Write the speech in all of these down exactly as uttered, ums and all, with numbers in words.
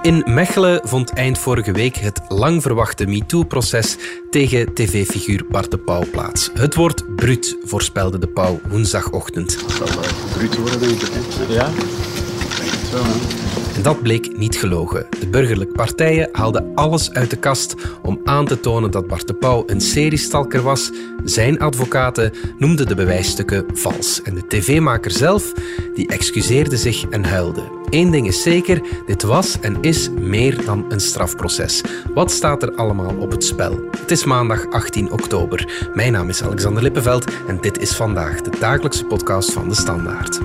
In Mechelen vond eind vorige week het lang verwachte MeToo-proces tegen tv-figuur Bart de Pauw plaats. Het wordt bruut, voorspelde de Pauw woensdagochtend. Het zal wel bruut worden, denk ik. Hè? Ja, zo, hè. En dat bleek niet gelogen. De burgerlijke partijen haalden alles uit de kast om aan te tonen dat Bart de Pauw een seriestalker was. Zijn advocaten noemden de bewijsstukken vals. En de tv-maker zelf, die excuseerde zich en huilde. Eén ding is zeker, dit was en is meer dan een strafproces. Wat staat er allemaal op het spel? Het is maandag achttien oktober. Mijn naam is Alexander Lippenveld en dit is Vandaag, de dagelijkse podcast van De Standaard.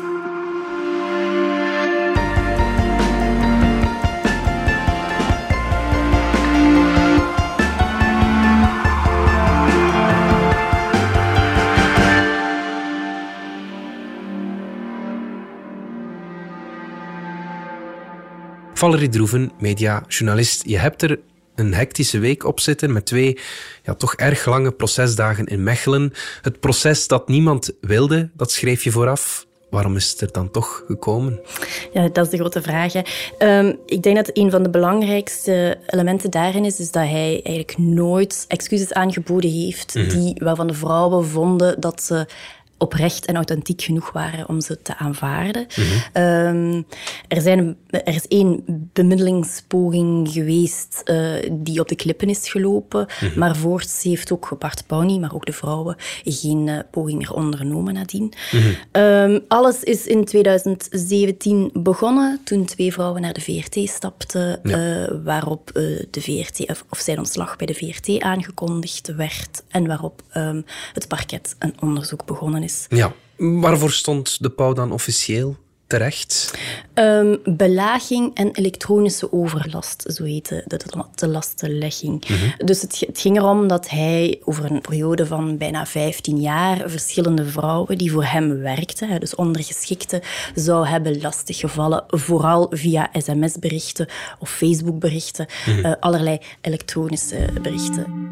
Valerie Droeven, mediajournalist. Je hebt er een hectische week op zitten met twee ja, toch erg lange procesdagen in Mechelen. Het proces dat niemand wilde, dat schreef je vooraf. Waarom is het er dan toch gekomen? Ja, dat is de grote vraag. Um, ik denk dat een van de belangrijkste elementen daarin is, is dat hij eigenlijk nooit excuses aangeboden heeft mm-hmm. die waarvan de vrouwen vonden dat ze oprecht en authentiek genoeg waren om ze te aanvaarden. Mm-hmm. Um, er, zijn, er is één bemiddelingspoging geweest uh, die op de klippen is gelopen, mm-hmm. maar voorts heeft ook Bart Pauw niet, maar ook de vrouwen, geen uh, poging meer ondernomen nadien. Mm-hmm. Um, alles is in twintig zeventien begonnen, toen twee vrouwen naar de V R T stapten, ja. uh, waarop uh, de V R T, of, of zijn ontslag bij de V R T aangekondigd werd en waarop um, het parket een onderzoek begonnen is. Ja, waarvoor stond de Pauw dan officieel terecht? Um, belaging en elektronische overlast, zo heette de telastenlegging. Mm-hmm. Dus het, het ging erom dat hij over een periode van bijna vijftien jaar verschillende vrouwen die voor hem werkten, dus ondergeschikten, zou hebben lastiggevallen, vooral via sms-berichten of Facebook-berichten, mm-hmm. uh, allerlei elektronische berichten.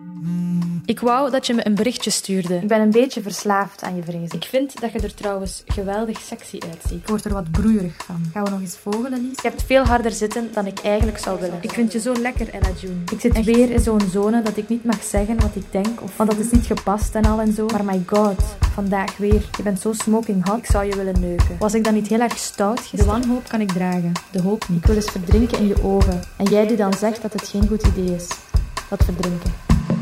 Ik wou dat je me een berichtje stuurde. Ik ben een beetje verslaafd aan je vrezen. Ik vind dat je er trouwens geweldig sexy uitziet. Ik word er wat broeierig van. Gaan we nog eens vogelen, Lies? Je hebt veel harder zitten dan ik eigenlijk zou willen. Ik vind je zo lekker, Ella June. Ik zit Echt? weer in zo'n zone dat ik niet mag zeggen wat ik denk. Of, want dat is niet gepast en al en zo. Maar my god, vandaag weer. Je bent zo smoking hot. Ik zou je willen neuken. Was ik dan niet heel erg stout gisteren? De wanhoop kan ik dragen. De hoop niet. Ik wil eens verdrinken in je ogen. En jij die dan zegt dat het geen goed idee is. Dat verdrinken.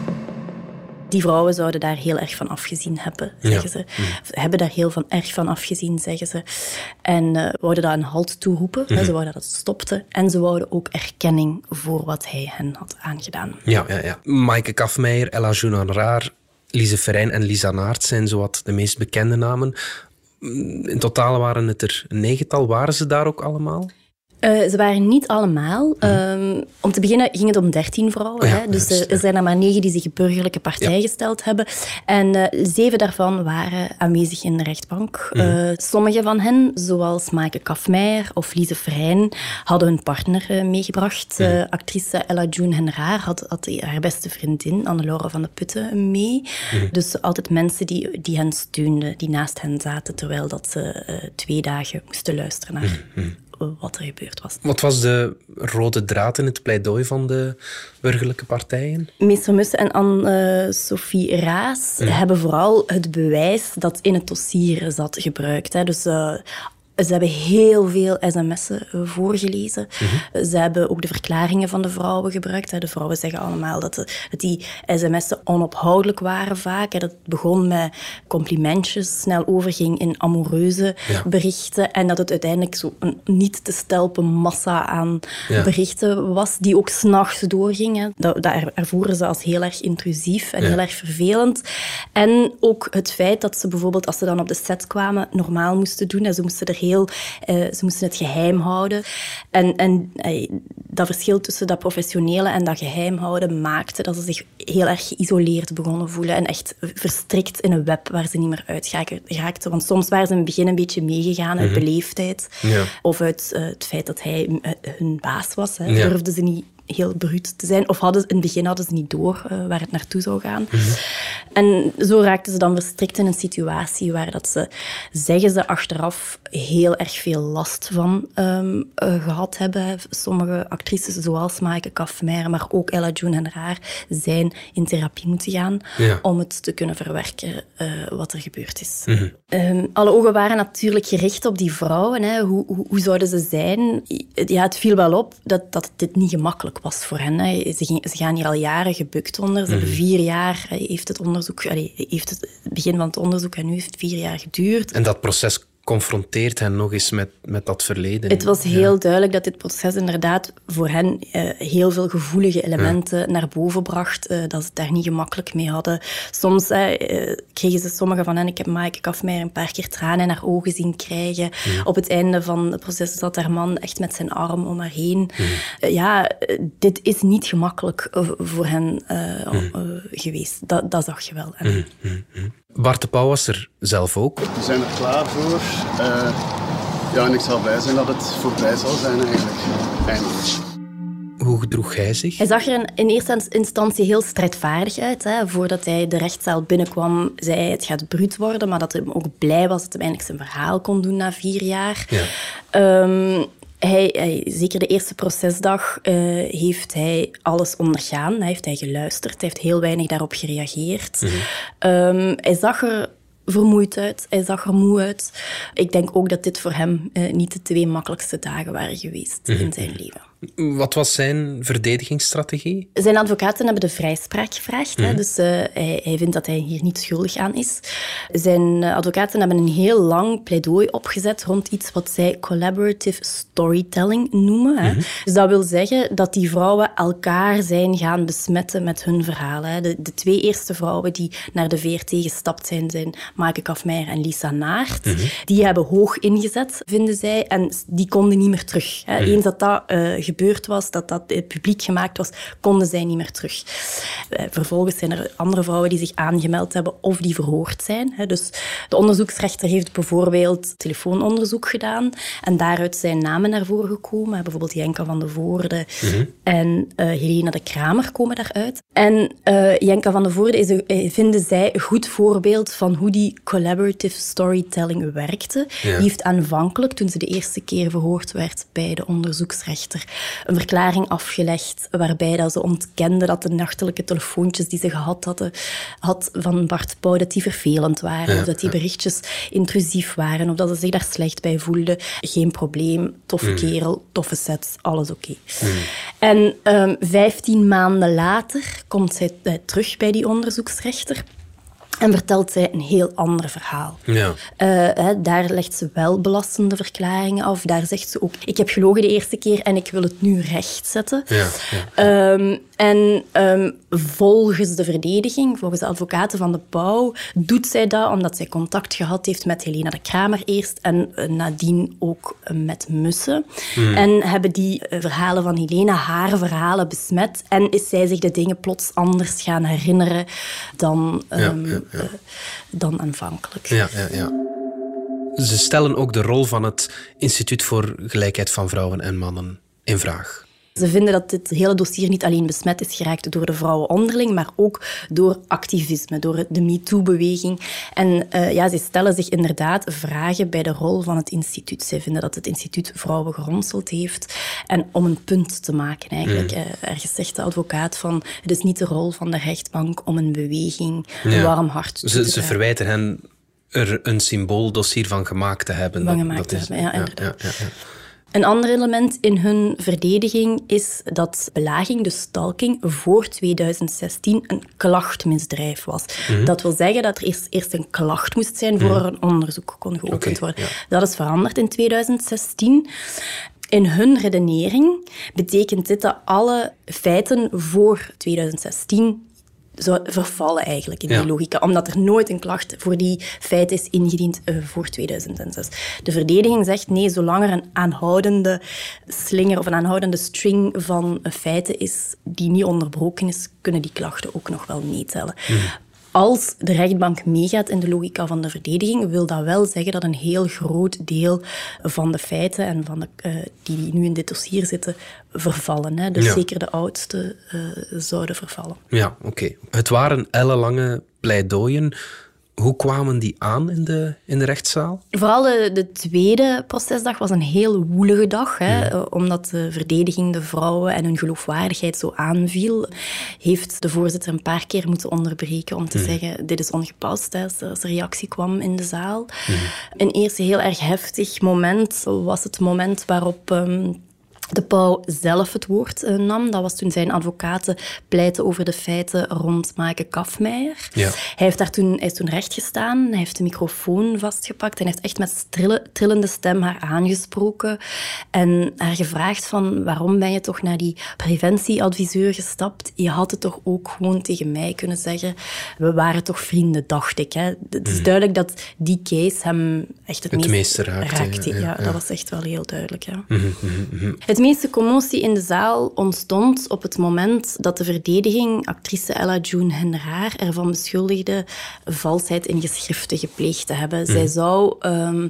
Die vrouwen zouden daar heel erg van afgezien hebben, zeggen ja. ze. Mm. Hebben daar heel van, erg van afgezien, zeggen ze. En uh, wouden daar een halt toeroepen. Mm. Ze wouden dat het stopte. En ze wouden ook erkenning voor wat hij hen had aangedaan. Ja, ja, ja. Maaike Kafmeijer, Ella June-Raar, Lise Verijn en Lisa Naert zijn zowat de meest bekende namen. In totaal waren het er een negental. Waren ze daar ook allemaal? Uh, ze waren niet allemaal. Um, om te beginnen ging het om dertien vrouwen. Oh ja, hè? Dus er, er zijn er maar negen die zich burgerlijke partij ja. gesteld hebben. En uh, zeven daarvan waren aanwezig in de rechtbank. Mm. Uh, sommige van hen, zoals Maaike Kafmeijer of Lise Verijn, hadden hun partner uh, meegebracht. Mm. Uh, actrice Ella June-Raar had, had haar beste vriendin, Anne-Laure van de Putten, mee. Mm. Dus altijd mensen die, die hen steunden, die naast hen zaten, terwijl dat ze uh, twee dagen moesten luisteren naar mm. wat er gebeurd was. Wat was de rode draad in het pleidooi van de burgerlijke partijen? Meester Mussen en Anne-Sophie Raas ja. hebben vooral het bewijs dat in het dossier zat gebruikt. Hè. Dus uh, ze hebben heel veel sms'en voorgelezen. Mm-hmm. Ze hebben ook de verklaringen van de vrouwen gebruikt. De vrouwen zeggen allemaal dat, de, dat die sms'en onophoudelijk waren vaak. Dat het begon met complimentjes, snel overging in amoureuze ja. berichten. En dat het uiteindelijk zo een niet te stelpen massa aan ja. berichten was, die ook 's nachts doorgingen. Dat, dat ervoeren ze als heel erg intrusief en ja. heel erg vervelend. En ook het feit dat ze bijvoorbeeld, als ze dan op de set kwamen, normaal moesten doen. En ze moesten er heel Heel, uh, ze moesten het geheim houden. En, en uh, dat verschil tussen dat professionele en dat geheim houden maakte dat ze zich heel erg geïsoleerd begonnen voelen en echt verstrikt in een web waar ze niet meer uit geraakten. Want soms waren ze in het begin een beetje meegegaan uit mm-hmm. beleefdheid. Ja. Of uit uh, het feit dat hij uh, hun baas was. Hè. Ja. Durfden ze niet heel bruut te zijn. Of hadden, in het begin hadden ze niet door uh, waar het naartoe zou gaan. Mm-hmm. En zo raakten ze dan verstrikt in een situatie waar dat ze, zeggen ze achteraf, heel erg veel last van um, uh, gehad hebben. Sommige actrices, zoals Maaike Kafmeijer, maar ook Ella June en haar, zijn in therapie moeten gaan ja. om het te kunnen verwerken uh, wat er gebeurd is. Mm-hmm. Um, alle ogen waren natuurlijk gericht op die vrouwen. Hè. Hoe, hoe, hoe zouden ze zijn? Ja, het viel wel op dat, dat dit niet gemakkelijk was voor hen. Hè. Ze, ging, ze gaan hier al jaren gebukt onder. Ze mm-hmm. hebben vier jaar, heeft het onderzoek, allee, heeft het begin van het onderzoek en nu heeft het vier jaar geduurd. En dat proces confronteert hen nog eens met, met dat verleden. Het was heel ja. duidelijk dat dit proces inderdaad voor hen uh, heel veel gevoelige elementen ja. naar boven bracht, uh, dat ze het daar niet gemakkelijk mee hadden. Soms uh, kregen ze, sommige van hen, ik heb Maaike Kafmeijer een paar keer tranen in haar ogen zien krijgen. Ja. Op het einde van het proces zat haar man echt met zijn arm om haar heen. Ja, uh, ja dit is niet gemakkelijk uh, voor hen uh, ja. uh, geweest. Dat, dat zag je wel. Ja. Ja. Ja. Bart de Pauw was er zelf ook. We zijn er klaar voor. Uh, ja, en ik zal blij zijn dat het voorbij zal zijn eigenlijk. Eindelijk. Hoe gedroeg hij zich? Hij zag er in eerste instantie heel strijdvaardig uit. Hè. Voordat hij de rechtszaal binnenkwam, zei hij het gaat bruut worden, maar dat hij ook blij was dat hij eindelijk zijn verhaal kon doen na vier jaar. Ja. Um, Hij, hij, zeker de eerste procesdag uh, heeft hij alles ondergaan. Hij heeft hij geluisterd. Hij heeft heel weinig daarop gereageerd. Mm-hmm. Um, hij zag er vermoeid uit. Hij zag er moe uit. Ik denk ook dat dit voor hem uh, niet de twee makkelijkste dagen waren geweest mm-hmm. in zijn leven. Wat was zijn verdedigingsstrategie? Zijn advocaten hebben de vrijspraak gevraagd. Mm-hmm. Hè, dus uh, hij, hij vindt dat hij hier niet schuldig aan is. Zijn advocaten hebben een heel lang pleidooi opgezet rond iets wat zij collaborative storytelling noemen. Hè. Mm-hmm. Dus dat wil zeggen dat die vrouwen elkaar zijn gaan besmetten met hun verhalen. Hè. De, de twee eerste vrouwen die naar de V R T gestapt zijn, zijn Maaike Kafmeijer en Lisa Naert. Mm-hmm. Die hebben hoog ingezet, vinden zij, en die konden niet meer terug. Hè. Mm-hmm. Eens dat dat uh, gebeurd was, dat dat publiek gemaakt was, konden zij niet meer terug. Uh, vervolgens zijn er andere vrouwen die zich aangemeld hebben of die verhoord zijn. Hè. Dus de onderzoeksrechter heeft bijvoorbeeld telefoononderzoek gedaan en daaruit zijn namen naar voren gekomen. Bijvoorbeeld Jenka van de Voorde mm-hmm. en uh, Helena de Kramer komen daaruit. En uh, Jenka van de Voorde is een, vinden zij een goed voorbeeld van hoe die collaborative storytelling werkte. Ja. Die heeft aanvankelijk, toen ze de eerste keer verhoord werd bij de onderzoeksrechter, een verklaring afgelegd waarbij dat ze ontkende dat de nachtelijke telefoontjes die ze gehad hadden had van Bart Pauw, dat die vervelend waren, ja, of dat die berichtjes intrusief waren, of dat ze zich daar slecht bij voelde. Geen probleem, toffe mm. kerel, toffe sets, alles oké. Okay. Mm. En um, vijftien maanden later komt zij uh, terug bij die onderzoeksrechter en vertelt zij een heel ander verhaal. Ja. Uh, hè, daar legt ze wel belastende verklaringen af. Daar zegt ze ook, ik heb gelogen de eerste keer en ik wil het nu rechtzetten. Ja, ja. Um, en um, volgens de verdediging, volgens de advocaten van de Pauw, doet zij dat omdat zij contact gehad heeft met Helena de Kramer eerst en uh, nadien ook uh, met Mussen. Mm. En hebben die uh, verhalen van Helena haar verhalen besmet en is zij zich de dingen plots anders gaan herinneren dan... Um, ja, ja. Ja. Uh, dan aanvankelijk. Ja, ja, ja. Ze stellen ook de rol van het Instituut voor Gelijkheid van Vrouwen en Mannen in vraag. Ze vinden dat dit hele dossier niet alleen besmet is geraakt door de vrouwen onderling, maar ook door activisme, door de MeToo-beweging. En uh, ja, ze stellen zich inderdaad vragen bij de rol van het instituut. Ze vinden dat het instituut vrouwen geronseld heeft. En om een punt te maken eigenlijk. Mm. Uh, ergens zegt de advocaat van, het is niet de rol van de rechtbank om een beweging, een ja. warm hart te Ze, ze verwijten hen er een symbooldossier van gemaakt te hebben. Van gemaakt dat, dat te is, hebben, ja, inderdaad. Ja, ja, ja. Een ander element in hun verdediging is dat belaging, dus stalking, voor tweeduizend zestien een klachtmisdrijf was. Mm-hmm. Dat wil zeggen dat er eerst, eerst een klacht moest zijn voor mm-hmm. er een onderzoek kon geopend okay, worden. Ja. Dat is veranderd in tweeduizend zestien. In hun redenering betekent dit dat alle feiten voor tweeduizend zestien zo vervallen eigenlijk in ja. die logica, omdat er nooit een klacht voor die feit is ingediend uh, voor tweeduizend zes. De verdediging zegt nee, zolang er een aanhoudende slinger of een aanhoudende string van feiten is die niet onderbroken is, kunnen die klachten ook nog wel meetellen. Mm. als de rechtbank meegaat in de logica van de verdediging, wil dat wel zeggen dat een heel groot deel van de feiten en van de, uh, die nu in dit dossier zitten, vervallen. Hè. Dus ja. zeker de oudste uh, zouden vervallen. Ja, oké. Okay. Het waren ellenlange pleidooien. Hoe kwamen die aan in de, in de rechtszaal? Vooral de, de tweede procesdag was een heel woelige dag. Hè, ja. Omdat de verdediging de vrouwen en hun geloofwaardigheid zo aanviel, heeft de voorzitter een paar keer moeten onderbreken om te ja. zeggen, dit is ongepast, hè, als er reactie kwam in de zaal. Ja. Een eerste heel erg heftig moment was het moment waarop Um, de Pauw zelf het woord uh, nam. Dat was toen zijn advocaten pleiten over de feiten rond Maaike Kafmeijer. Ja. Hij, heeft daar toen, hij is toen recht gestaan, hij heeft de microfoon vastgepakt en heeft echt met strille, trillende stem haar aangesproken en haar gevraagd van waarom ben je toch naar die preventieadviseur gestapt? Je had het toch ook gewoon tegen mij kunnen zeggen. We waren toch vrienden, dacht ik. Hè. Het is mm. duidelijk dat die case hem echt het, het meest meeste raakte. raakte. Ja, ja, ja, ja. Dat was echt wel heel duidelijk. Ja. Mm-hmm, mm-hmm. Het meeste commotie in de zaal ontstond op het moment dat de verdediging actrice Ella June Henraar ervan beschuldigde valsheid in geschriften gepleegd te hebben. Mm. Zij zou um,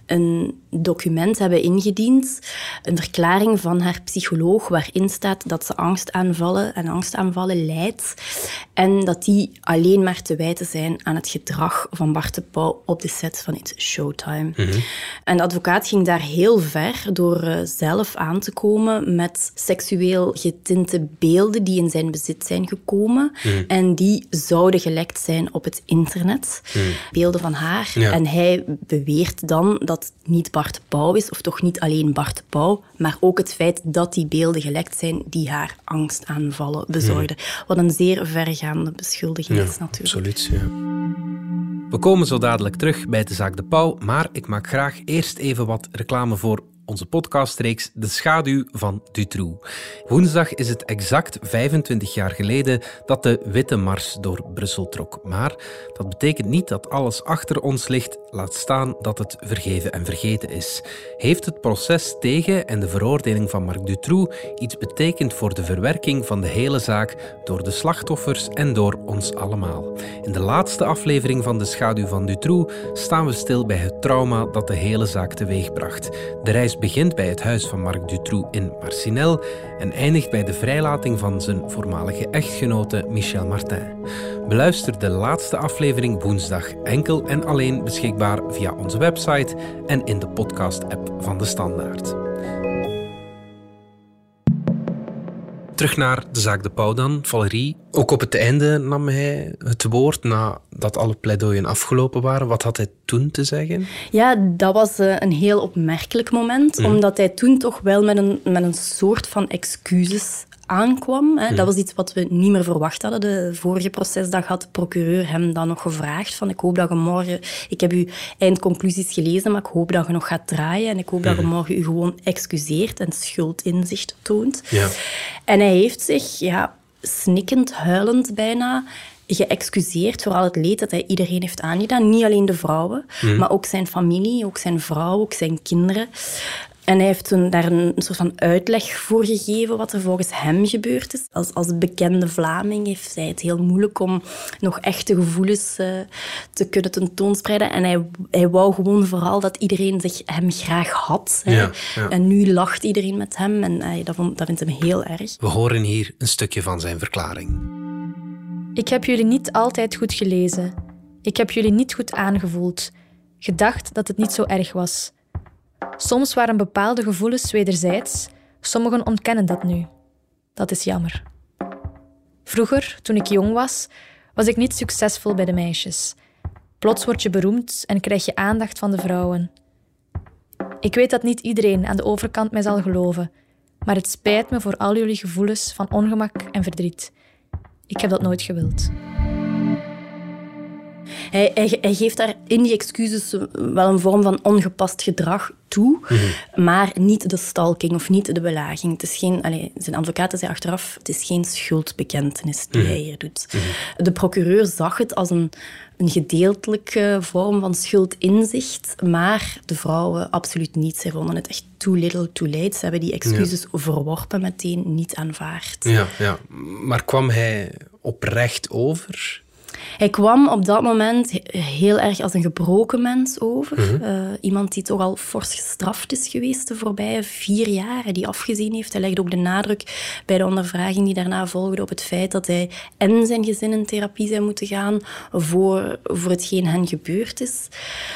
een document hebben ingediend, een verklaring van haar psycholoog waarin staat dat ze angstaanvallen en angstaanvallen lijdt en dat die alleen maar te wijten zijn aan het gedrag van Bart de Pauw op de set van It's Showtime. Mm-hmm. En de advocaat ging daar heel ver door uh, zelf aan te komen met seksueel getinte beelden die in zijn bezit zijn gekomen mm. en die zouden gelekt zijn op het internet. Mm. Beelden van haar. Ja. En hij beweert dan dat het niet Bart de Pauw is, of toch niet alleen Bart de Pauw, maar ook het feit dat die beelden gelekt zijn die haar angstaanvallen bezorgden. Mm. Wat een zeer verregaande beschuldiging ja, is natuurlijk. Absoluut, ja. We komen zo dadelijk terug bij de zaak De Pauw, maar ik maak graag eerst even wat reclame voor onze podcastreeks De Schaduw van Dutroux. Woensdag is het exact vijfentwintig jaar geleden dat de Witte Mars door Brussel trok. Maar dat betekent niet dat alles achter ons ligt, laat staan dat het vergeven en vergeten is. Heeft het proces tegen en de veroordeling van Marc Dutroux iets betekend voor de verwerking van de hele zaak door de slachtoffers en door ons allemaal? In de laatste aflevering van De Schaduw van Dutroux staan we stil bij het trauma dat de hele zaak teweegbracht. De reis begint bij het huis van Marc Dutroux in Marcinelle en eindigt bij de vrijlating van zijn voormalige echtgenote Michel Martin. Beluister de laatste aflevering woensdag enkel en alleen beschikbaar via onze website en in de podcast-app van De Standaard. Terug naar de zaak De Pauw dan, Valérie. Ook op het einde nam hij het woord nadat alle pleidooien afgelopen waren. Wat had hij toen te zeggen? Ja, dat was een heel opmerkelijk moment, mm. omdat hij toen toch wel met een, met een soort van excuses aankwam. Hè. Mm. Dat was iets wat we niet meer verwacht hadden. De vorige procesdag had de procureur hem dan nog gevraagd van ik hoop dat je morgen... Ik heb uw eindconclusies gelezen, maar ik hoop dat je nog gaat draaien en ik hoop mm. dat je morgen u gewoon excuseert en schuldinzicht toont. Ja. En hij heeft zich, ja, snikkend, huilend bijna, geëxcuseerd voor al het leed dat hij iedereen heeft aangedaan. Niet alleen de vrouwen, mm. maar ook zijn familie, ook zijn vrouw, ook zijn kinderen. En hij heeft een, daar een, een soort van uitleg voor gegeven wat er volgens hem gebeurd is. Als, als bekende Vlaming heeft hij het heel moeilijk om nog echte gevoelens uh, te kunnen tentoonspreiden. En hij, hij wou gewoon vooral dat iedereen zich hem graag had. Hè. Ja, ja. En nu lacht iedereen met hem en uh, dat, vond, dat vindt hem heel erg. We horen hier een stukje van zijn verklaring. Ik heb jullie niet altijd goed gelezen. Ik heb jullie niet goed aangevoeld. Gedacht dat het niet zo erg was. Soms waren bepaalde gevoelens wederzijds, sommigen ontkennen dat nu. Dat is jammer. Vroeger, toen ik jong was, was ik niet succesvol bij de meisjes. Plots word je beroemd en krijg je aandacht van de vrouwen. Ik weet dat niet iedereen aan de overkant mij zal geloven, maar het spijt me voor al jullie gevoelens van ongemak en verdriet. Ik heb dat nooit gewild. Hij, hij, hij geeft daar in die excuses wel een vorm van ongepast gedrag toe, mm-hmm. maar niet de stalking of niet de belaging. Het is geen, allez, zijn advocaat zei achteraf, het is geen schuldbekentenis die mm-hmm. hij hier doet. Mm-hmm. De procureur zag het als een, een gedeeltelijke vorm van schuldinzicht, maar de vrouwen absoluut niet. Zij vonden het echt too little, too late. Ze hebben die excuses ja. verworpen meteen, niet aanvaard. Ja, ja, maar kwam hij oprecht over Hij kwam op dat moment heel erg als een gebroken mens over. Mm-hmm. Uh, iemand die toch al fors gestraft is geweest de voorbije vier jaar, die afgezien heeft. Hij legde ook de nadruk bij de ondervraging die daarna volgde op het feit dat hij en zijn gezin in therapie zijn moeten gaan voor, voor hetgeen hen gebeurd is.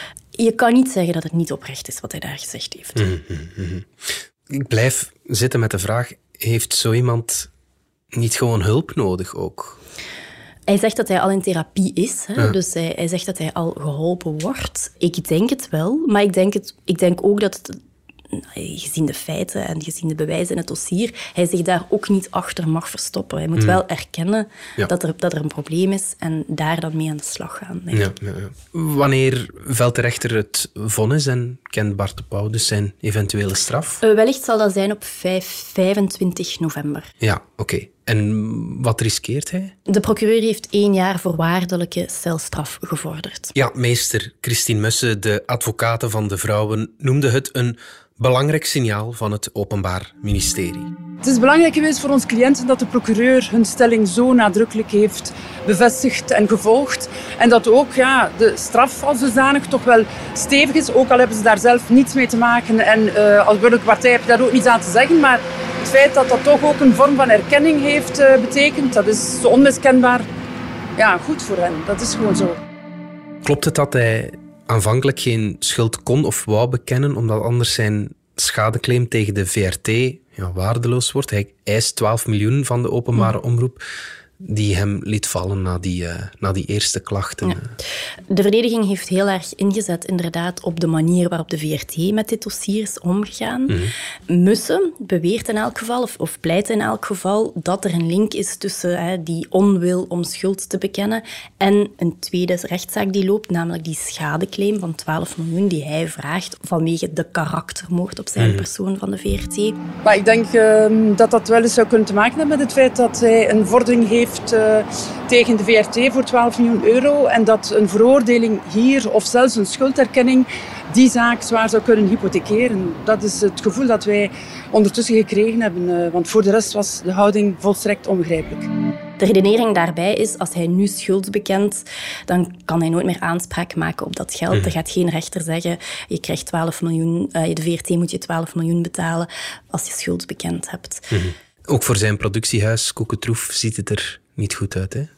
Je kan niet zeggen dat het niet oprecht is wat hij daar gezegd heeft. Mm-hmm. Ik blijf zitten met de vraag, heeft zo iemand niet gewoon hulp nodig ook? Hij zegt dat hij al in therapie is, hè? Ja. Dus hij, hij zegt dat hij al geholpen wordt. Ik denk het wel, maar ik denk, het, ik denk ook dat, het, gezien de feiten en gezien de bewijzen in het dossier, hij zich daar ook niet achter mag verstoppen. Hij moet mm. wel erkennen ja. dat, er, dat er een probleem is en daar dan mee aan de slag gaan. Denk ja, ik. Ja, ja. Wanneer velt de rechter het vonnis en kent Bart de Pauw dus zijn eventuele straf? Uh, wellicht zal dat zijn op vijfentwintig november. Ja, oké. Okay. En wat riskeert hij? De procureur heeft één jaar voorwaardelijke celstraf gevorderd. Ja, meester Christine Mussen, de advocate van de vrouwen, noemde het een belangrijk signaal van het Openbaar Ministerie. Het is belangrijk geweest voor onze cliënten dat de procureur hun stelling zo nadrukkelijk heeft bevestigd en gevolgd. En dat ook ja, de straf als zodanig toch wel stevig is, ook al hebben ze daar zelf niets mee te maken. En uh, als burgerlijke partij heb je daar ook niets aan te zeggen, maar het feit dat dat toch ook een vorm van erkenning heeft uh, betekend, dat is zo onmiskenbaar ja, goed voor hen. Dat is gewoon zo. Klopt het dat hij aanvankelijk geen schuld kon of wou bekennen, omdat anders zijn schadeclaim tegen de V R T ja, waardeloos wordt? Hij eist twaalf miljoen van de openbare omroep, die hem liet vallen na die, uh, na die eerste klachten. Ja. De verdediging heeft heel erg ingezet inderdaad op de manier waarop de V R T met dit dossier is omgegaan. Mm-hmm. Mussen beweert in elk geval, of, of pleit in elk geval, dat er een link is tussen hè, die onwil om schuld te bekennen en een tweede rechtszaak die loopt, namelijk die schadeclaim van twaalf miljoen die hij vraagt vanwege de karaktermoord op zijn mm-hmm. persoon van de V R T. Maar ik denk uh, dat dat wel eens zou kunnen te maken hebben met het feit dat hij een vordering heeft Uh, tegen de V R T voor twaalf miljoen euro en dat een veroordeling hier of zelfs een schulderkenning die zaak zwaar zou kunnen hypothekeren. Dat is het gevoel dat wij ondertussen gekregen hebben, uh, want voor de rest was de houding volstrekt onbegrijpelijk. De redenering daarbij is, als hij nu schuld bekent, dan kan hij nooit meer aanspraak maken op dat geld. Mm. Er gaat geen rechter zeggen, je krijgt twaalf miljoen, uh, de V R T moet je twaalf miljoen betalen als je schuld bekend hebt. Mm-hmm. Ook voor zijn productiehuis Koeketroef ziet het er niet goed uit, hè?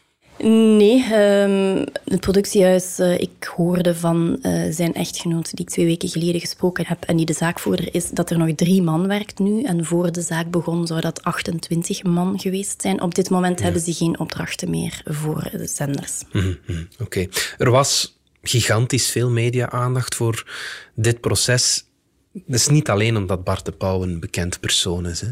Nee, um, het productiehuis, uh, ik hoorde van uh, zijn echtgenoot die ik twee weken geleden gesproken heb en die de zaakvoerder is, dat er nog drie man werkt nu. En voor de zaak begon zou dat achtentwintig man geweest zijn. Op dit moment ja. hebben ze geen opdrachten meer voor de zenders. Mm-hmm. Oké. Okay. Er was gigantisch veel media-aandacht voor dit proces. Dat is niet alleen omdat Bart de Pauw een bekend persoon is, hè?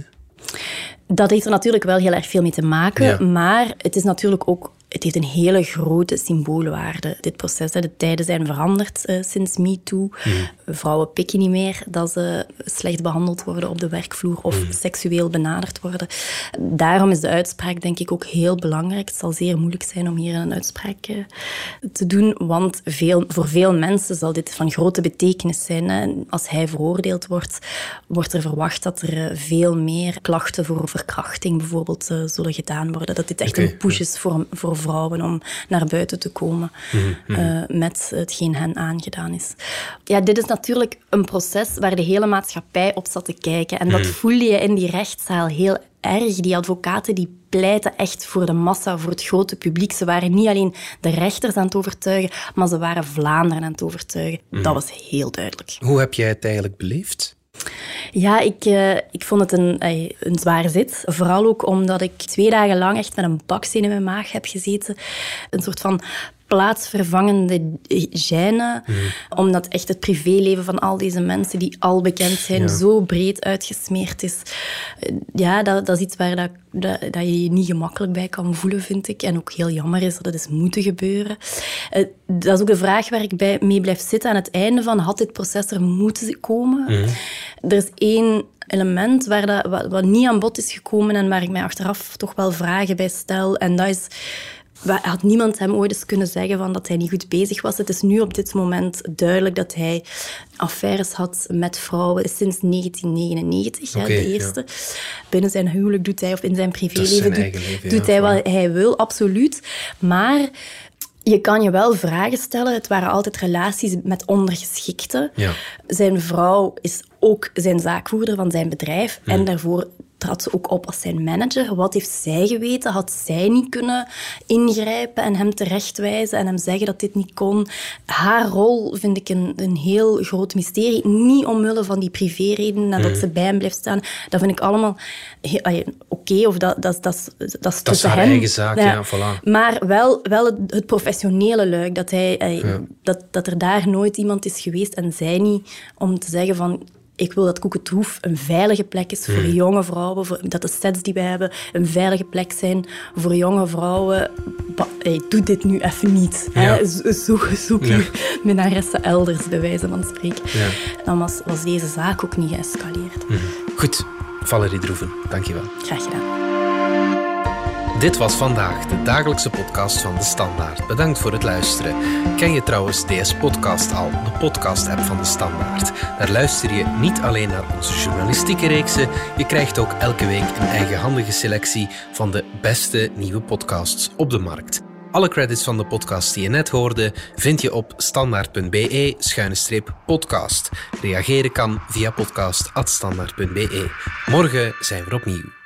Dat heeft er natuurlijk wel heel erg veel mee te maken, ja. maar het is natuurlijk ook, het heeft een hele grote symboolwaarde, dit proces. De tijden zijn veranderd uh, sinds MeToo. Mm. Vrouwen pikken niet meer dat ze slecht behandeld worden op de werkvloer of mm. seksueel benaderd worden. Daarom is de uitspraak denk ik ook heel belangrijk. Het zal zeer moeilijk zijn om hier een uitspraak uh, te doen, want veel, voor veel mensen zal dit van grote betekenis zijn. Hè. Als hij veroordeeld wordt, wordt er verwacht dat er uh, veel meer klachten voor verkrachting bijvoorbeeld uh, zullen gedaan worden. Dat dit echt okay. een push is voor, voor vrouwen om naar buiten te komen mm-hmm. uh, met hetgeen hen aangedaan is. Ja, dit is natuurlijk een proces waar de hele maatschappij op zat te kijken. En dat mm. voelde je in die rechtszaal heel erg. Die advocaten die pleiten echt voor de massa, voor het grote publiek. Ze waren niet alleen de rechters aan het overtuigen, maar ze waren Vlaanderen aan het overtuigen. Mm. Dat was heel duidelijk. Hoe heb jij het eigenlijk beleefd? Ja, ik, uh, ik vond het een, uh, een zware zit. Vooral ook omdat ik twee dagen lang echt met een baksteen in mijn maag heb gezeten. Een soort van plaatsvervangende gêne. Mm. Omdat echt het privéleven van al deze mensen die al bekend zijn, ja. zo breed uitgesmeerd is. Ja, dat, dat is iets waar dat, dat, dat je je niet gemakkelijk bij kan voelen, vind ik. En ook heel jammer is dat het is moeten gebeuren. Uh, dat is ook de vraag waar ik bij, mee blijf zitten aan het einde van, had dit proces er moeten komen? Mm. Er is één element waar dat, wat, wat niet aan bod is gekomen en waar ik mij achteraf toch wel vragen bij stel. En dat is had niemand hem ooit eens kunnen zeggen van dat hij niet goed bezig was. Het is nu op dit moment duidelijk dat hij affaires had met vrouwen sinds negentien negenennegentig, okay, hè, de eerste. Ja. Binnen zijn huwelijk doet hij, of in zijn privéleven, doet, leven, doet ja, hij wat hij wil, absoluut. Maar je kan je wel vragen stellen. Het waren altijd relaties met ondergeschikten. Ja. Zijn vrouw is ook zijn zaakvoerder van zijn bedrijf. Mm. En daarvoor trad ze ook op als zijn manager. Wat heeft zij geweten? Had zij niet kunnen ingrijpen en hem terechtwijzen en hem zeggen dat dit niet kon? Haar rol vind ik een, een heel groot mysterie. Niet omwille van die privéreden en dat mm. ze bij hem blijft staan. Dat vind ik allemaal oké, okay, of dat, dat, dat, dat, dat is dat is haar hem. eigen zaak, ja, ja voilà. Maar wel, wel het, het professionele luik. Dat, hij, ja. dat, dat er daar nooit iemand is geweest en zij niet, om te zeggen van ik wil dat Koeketoef een veilige plek is voor hmm. jonge vrouwen, voor, dat de sets die wij hebben een veilige plek zijn voor jonge vrouwen. Ba, hey, doe dit nu even niet. Ja. Hè? Zoek, zoek ja. je minnaressen elders, bij wijze van spreken. Ja. Dan was, was deze zaak ook niet geëscaleerd. Hmm. Goed, Valerie Droeven, dank je wel. Graag gedaan. Dit was vandaag de dagelijkse podcast van De Standaard. Bedankt voor het luisteren. Ken je trouwens D S Podcast al, de podcast-app van De Standaard? Daar luister je niet alleen naar onze journalistieke reeksen, je krijgt ook elke week een eigenhandige selectie van de beste nieuwe podcasts op de markt. Alle credits van de podcast die je net hoorde vind je op standaard.be schuine streep podcast. Reageren kan via podcast at standaard punt be. Morgen zijn we opnieuw.